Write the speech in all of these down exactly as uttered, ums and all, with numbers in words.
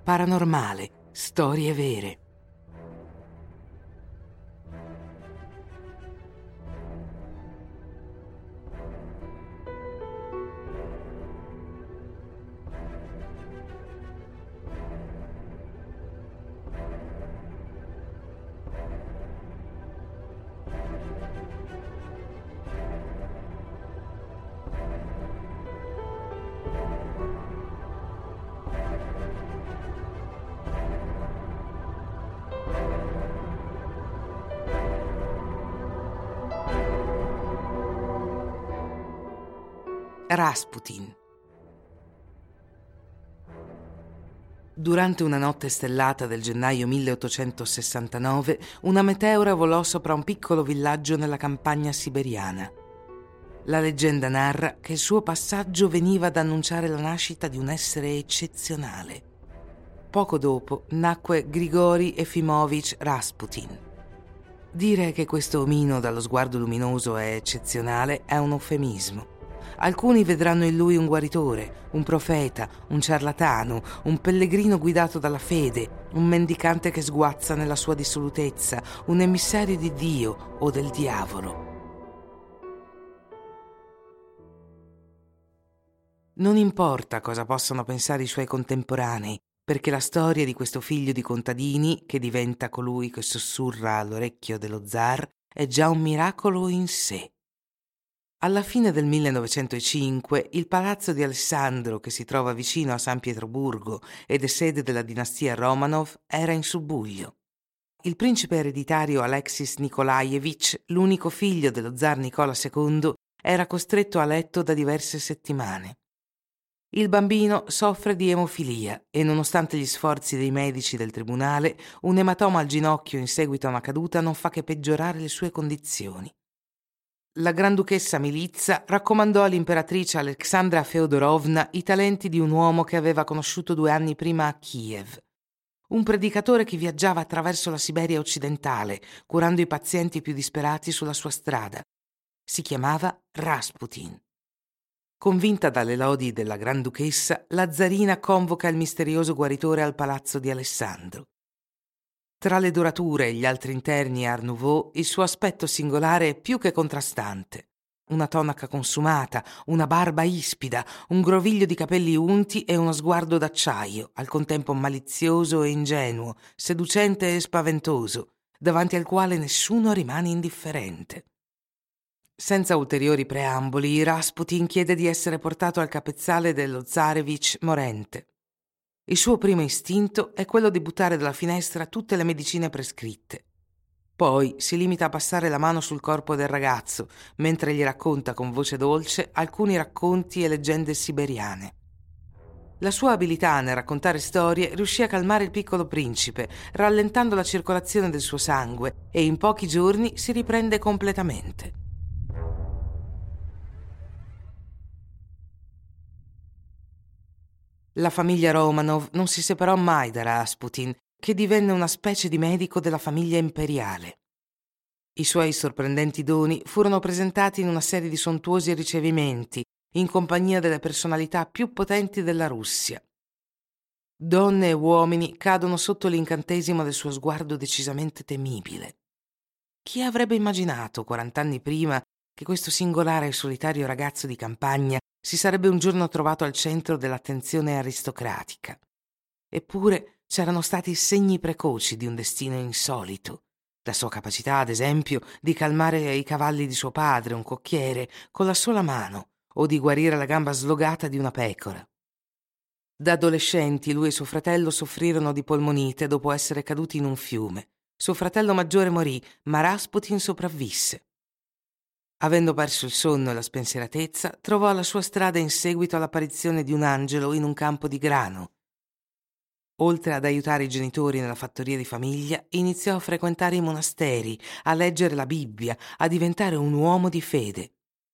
paranormale, storie vere. Rasputin. Durante una notte stellata del gennaio milleottocentosessantanove, una meteora volò sopra un piccolo villaggio nella campagna siberiana. La leggenda narra che il suo passaggio veniva ad annunciare la nascita di un essere eccezionale. Poco dopo nacque Grigori Efimovich Rasputin. Dire che questo omino dallo sguardo luminoso è eccezionale è un eufemismo. Alcuni vedranno in lui un guaritore, un profeta, un ciarlatano, un pellegrino guidato dalla fede, un mendicante che sguazza nella sua dissolutezza, un emissario di Dio o del diavolo. Non importa cosa possano pensare i suoi contemporanei, perché la storia di questo figlio di contadini, che diventa colui che sussurra all'orecchio dello zar, è già un miracolo in sé. Alla fine del millenovecentocinque, il palazzo di Alessandro, che si trova vicino a San Pietroburgo ed è sede della dinastia Romanov, era in subbuglio. Il principe ereditario Alexis Nikolaevich, l'unico figlio dello zar Nicola secondo, era costretto a letto da diverse settimane. Il bambino soffre di emofilia e, nonostante gli sforzi dei medici del tribunale, un ematoma al ginocchio in seguito a una caduta non fa che peggiorare le sue condizioni. La granduchessa Militsa raccomandò all'imperatrice Alexandra Feodorovna i talenti di un uomo che aveva conosciuto due anni prima a Kiev. Un predicatore che viaggiava attraverso la Siberia occidentale, curando i pazienti più disperati sulla sua strada. Si chiamava Rasputin. Convinta dalle lodi della granduchessa, la zarina convoca il misterioso guaritore al palazzo di Alessandro. Tra le dorature e gli altri interni Art Nouveau, il suo aspetto singolare è più che contrastante. Una tonaca consumata, una barba ispida, un groviglio di capelli unti e uno sguardo d'acciaio, al contempo malizioso e ingenuo, seducente e spaventoso, davanti al quale nessuno rimane indifferente. Senza ulteriori preamboli, Rasputin chiede di essere portato al capezzale dello zarevich morente. Il suo primo istinto è quello di buttare dalla finestra tutte le medicine prescritte. Poi si limita a passare la mano sul corpo del ragazzo, mentre gli racconta con voce dolce alcuni racconti e leggende siberiane. La sua abilità nel raccontare storie riuscì a calmare il piccolo principe, rallentando la circolazione del suo sangue, e in pochi giorni si riprende completamente. La famiglia Romanov non si separò mai da Rasputin, che divenne una specie di medico della famiglia imperiale. I suoi sorprendenti doni furono presentati in una serie di sontuosi ricevimenti, in compagnia delle personalità più potenti della Russia. Donne e uomini cadono sotto l'incantesimo del suo sguardo decisamente temibile. Chi avrebbe immaginato, quarant'anni prima, che questo singolare e solitario ragazzo di campagna si sarebbe un giorno trovato al centro dell'attenzione aristocratica? Eppure c'erano stati segni precoci di un destino insolito. La sua capacità, ad esempio, di calmare i cavalli di suo padre, un cocchiere, con la sola mano, o di guarire la gamba slogata di una pecora. Da adolescenti lui e suo fratello soffrirono di polmonite dopo essere caduti in un fiume. Suo fratello maggiore morì, ma Rasputin sopravvisse. Avendo perso il sonno e la spensieratezza, trovò la sua strada in seguito all'apparizione di un angelo in un campo di grano. Oltre ad aiutare i genitori nella fattoria di famiglia, iniziò a frequentare i monasteri, a leggere la Bibbia, a diventare un uomo di fede.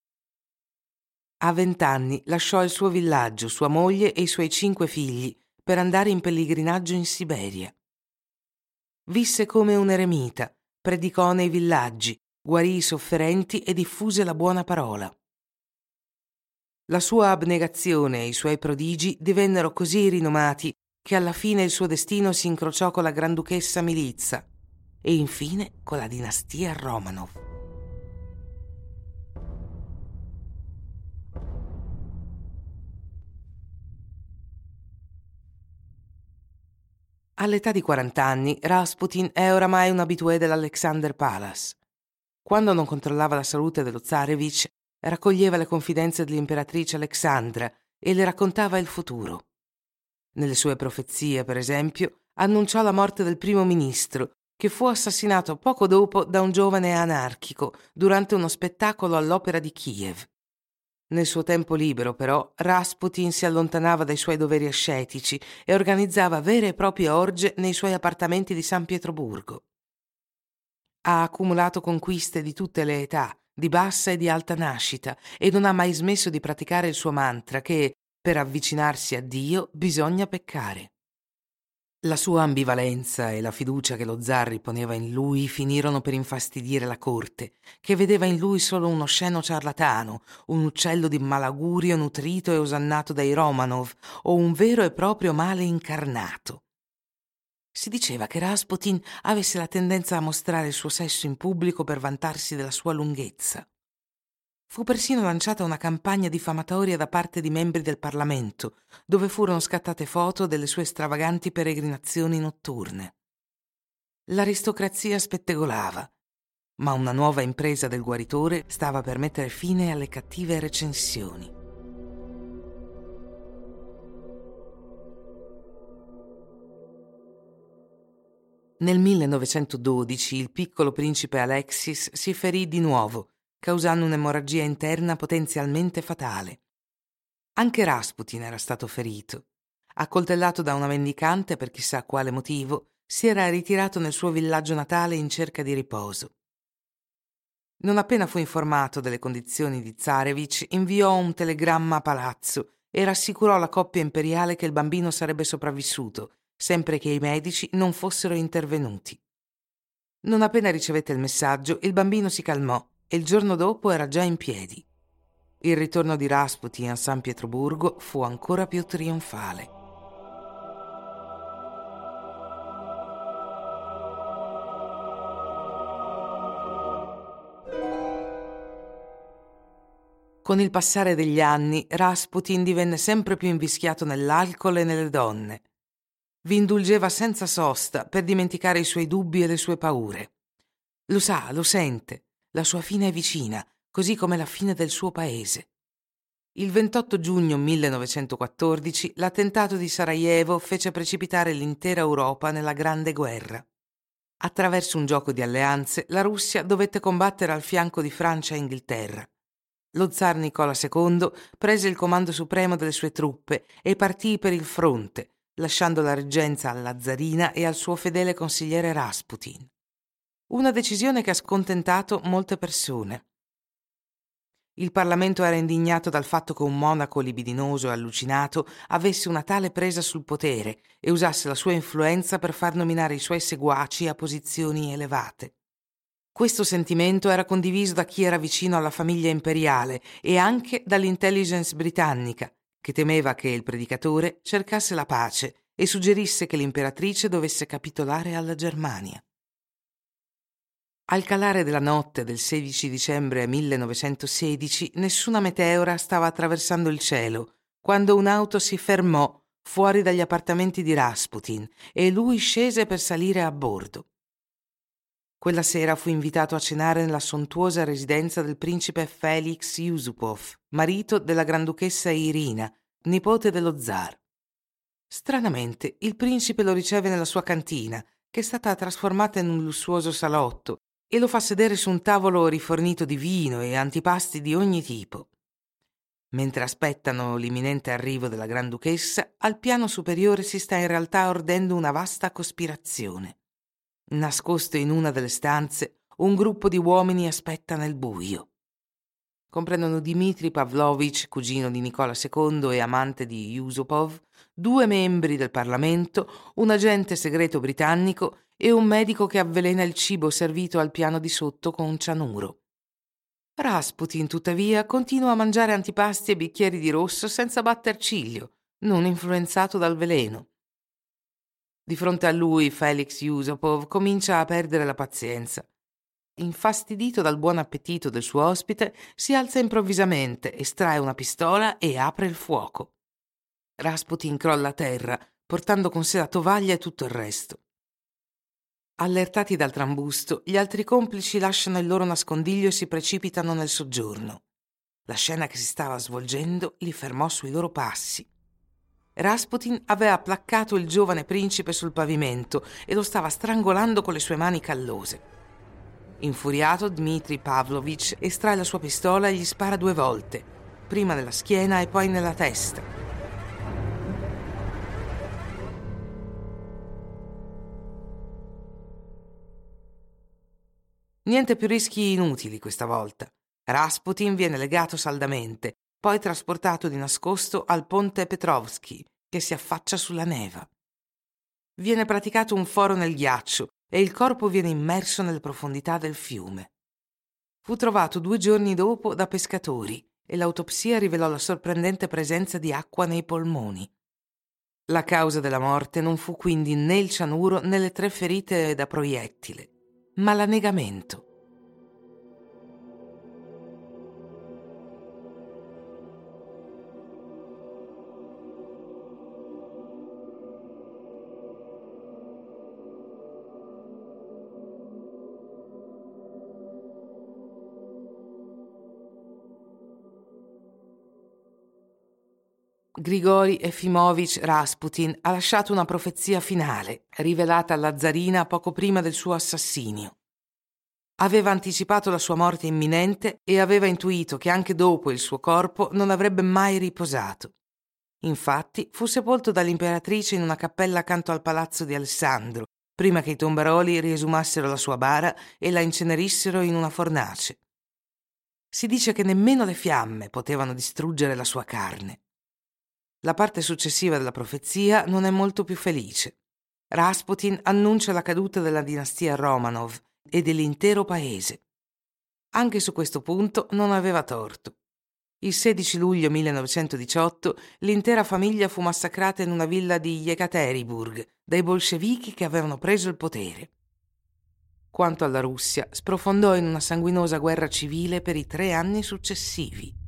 A vent'anni lasciò il suo villaggio, sua moglie e i suoi cinque figli per andare in pellegrinaggio in Siberia. Visse come un eremita, predicò nei villaggi, guarì i sofferenti e diffuse la buona parola. La sua abnegazione e i suoi prodigi divennero così rinomati che alla fine il suo destino si incrociò con la Granduchessa Militsa e infine con la dinastia Romanov. All'età di quaranta anni, Rasputin è oramai un abitué dell'Alexander Palace. Quando non controllava la salute dello zarevich, raccoglieva le confidenze dell'imperatrice Alexandra e le raccontava il futuro. Nelle sue profezie, per esempio, annunciò la morte del primo ministro, che fu assassinato poco dopo da un giovane anarchico durante uno spettacolo all'Opera di Kiev. Nel suo tempo libero, però, Rasputin si allontanava dai suoi doveri ascetici e organizzava vere e proprie orge nei suoi appartamenti di San Pietroburgo. Ha accumulato conquiste di tutte le età, di bassa e di alta nascita, e non ha mai smesso di praticare il suo mantra che, per avvicinarsi a Dio, bisogna peccare. La sua ambivalenza e la fiducia che lo zar riponeva in lui finirono per infastidire la corte, che vedeva in lui solo uno osceno ciarlatano, un uccello di malaugurio nutrito e osannato dai Romanov, o un vero e proprio male incarnato. Si diceva che Rasputin avesse la tendenza a mostrare il suo sesso in pubblico per vantarsi della sua lunghezza. Fu persino lanciata una campagna diffamatoria da parte di membri del Parlamento, dove furono scattate foto delle sue stravaganti peregrinazioni notturne. L'aristocrazia spettegolava, ma una nuova impresa del guaritore stava per mettere fine alle cattive recensioni. Nel millenovecentododici il piccolo principe Alexis si ferì di nuovo, causando un'emorragia interna potenzialmente fatale. Anche Rasputin era stato ferito. Accoltellato da una mendicante per chissà quale motivo, si era ritirato nel suo villaggio natale in cerca di riposo. Non appena fu informato delle condizioni di Zarevich, inviò un telegramma a palazzo e rassicurò la coppia imperiale che il bambino sarebbe sopravvissuto, sempre che i medici non fossero intervenuti. Non appena ricevette il messaggio, il bambino si calmò e il giorno dopo era già in piedi. Il ritorno di Rasputin a San Pietroburgo fu ancora più trionfale. Con il passare degli anni, Rasputin divenne sempre più invischiato nell'alcol e nelle donne. Vi indulgeva senza sosta per dimenticare i suoi dubbi e le sue paure. Lo sa, lo sente, la sua fine è vicina, così come la fine del suo paese. Il ventotto giugno millenovecentoquattordici l'attentato di Sarajevo fece precipitare l'intera Europa nella Grande Guerra. Attraverso un gioco di alleanze, la Russia dovette combattere al fianco di Francia e Inghilterra. Lo zar Nicola secondo prese il comando supremo delle sue truppe e partì per il fronte, lasciando la reggenza alla zarina e al suo fedele consigliere Rasputin. Una decisione che ha scontentato molte persone. Il Parlamento era indignato dal fatto che un monaco libidinoso e allucinato avesse una tale presa sul potere e usasse la sua influenza per far nominare i suoi seguaci a posizioni elevate. Questo sentimento era condiviso da chi era vicino alla famiglia imperiale e anche dall'intelligence britannica, che temeva che il predicatore cercasse la pace e suggerisse che l'imperatrice dovesse capitolare alla Germania. Al calare della notte del sedici dicembre millenovecentosedici, nessuna meteora stava attraversando il cielo quando un'auto si fermò fuori dagli appartamenti di Rasputin e lui scese per salire a bordo. Quella sera fu invitato a cenare nella sontuosa residenza del principe Felix Yusupov, marito della Granduchessa Irina, nipote dello zar. Stranamente, il principe lo riceve nella sua cantina, che è stata trasformata in un lussuoso salotto, e lo fa sedere su un tavolo rifornito di vino e antipasti di ogni tipo. Mentre aspettano l'imminente arrivo della Granduchessa, al piano superiore si sta in realtà ordendo una vasta cospirazione. Nascosto in una delle stanze, un gruppo di uomini aspetta nel buio. Comprendono Dmitry Pavlovich, cugino di Nicola secondo e amante di Yusupov, due membri del Parlamento, un agente segreto britannico e un medico che avvelena il cibo servito al piano di sotto con un cianuro. Rasputin, tuttavia, continua a mangiare antipasti e bicchieri di rosso senza batter ciglio, non influenzato dal veleno. Di fronte a lui Felix Yusupov comincia a perdere la pazienza. Infastidito dal buon appetito del suo ospite, si alza improvvisamente, estrae una pistola e apre il fuoco. Rasputin crolla a terra, portando con sé la tovaglia e tutto il resto. Allertati dal trambusto, gli altri complici lasciano il loro nascondiglio e si precipitano nel soggiorno. La scena che si stava svolgendo li fermò sui loro passi. Rasputin aveva placcato il giovane principe sul pavimento e lo stava strangolando con le sue mani callose. Infuriato, Dmitri Pavlovich estrae la sua pistola e gli spara due volte, prima nella schiena e poi nella testa. Niente più rischi inutili questa volta. Rasputin viene legato saldamente, poi trasportato di nascosto al ponte Petrovsky, che si affaccia sulla Neva. Viene praticato un foro nel ghiaccio e il corpo viene immerso nelle profondità del fiume. Fu trovato due giorni dopo da pescatori e l'autopsia rivelò la sorprendente presenza di acqua nei polmoni. La causa della morte non fu quindi né il cianuro né le tre ferite da proiettile, ma l'annegamento. Grigori Efimovich Rasputin ha lasciato una profezia finale, rivelata alla zarina poco prima del suo assassinio. Aveva anticipato la sua morte imminente e aveva intuito che anche dopo il suo corpo non avrebbe mai riposato. Infatti fu sepolto dall'imperatrice in una cappella accanto al palazzo di Alessandro, prima che i tombaroli riesumassero la sua bara e la incenerissero in una fornace. Si dice che nemmeno le fiamme potevano distruggere la sua carne. La parte successiva della profezia non è molto più felice. Rasputin annuncia la caduta della dinastia Romanov e dell'intero paese. Anche su questo punto non aveva torto. Il sedici luglio millenovecentodiciotto l'intera famiglia fu massacrata in una villa di Yekaterinburg dai bolscevichi che avevano preso il potere. Quanto alla Russia, sprofondò in una sanguinosa guerra civile per i tre anni successivi.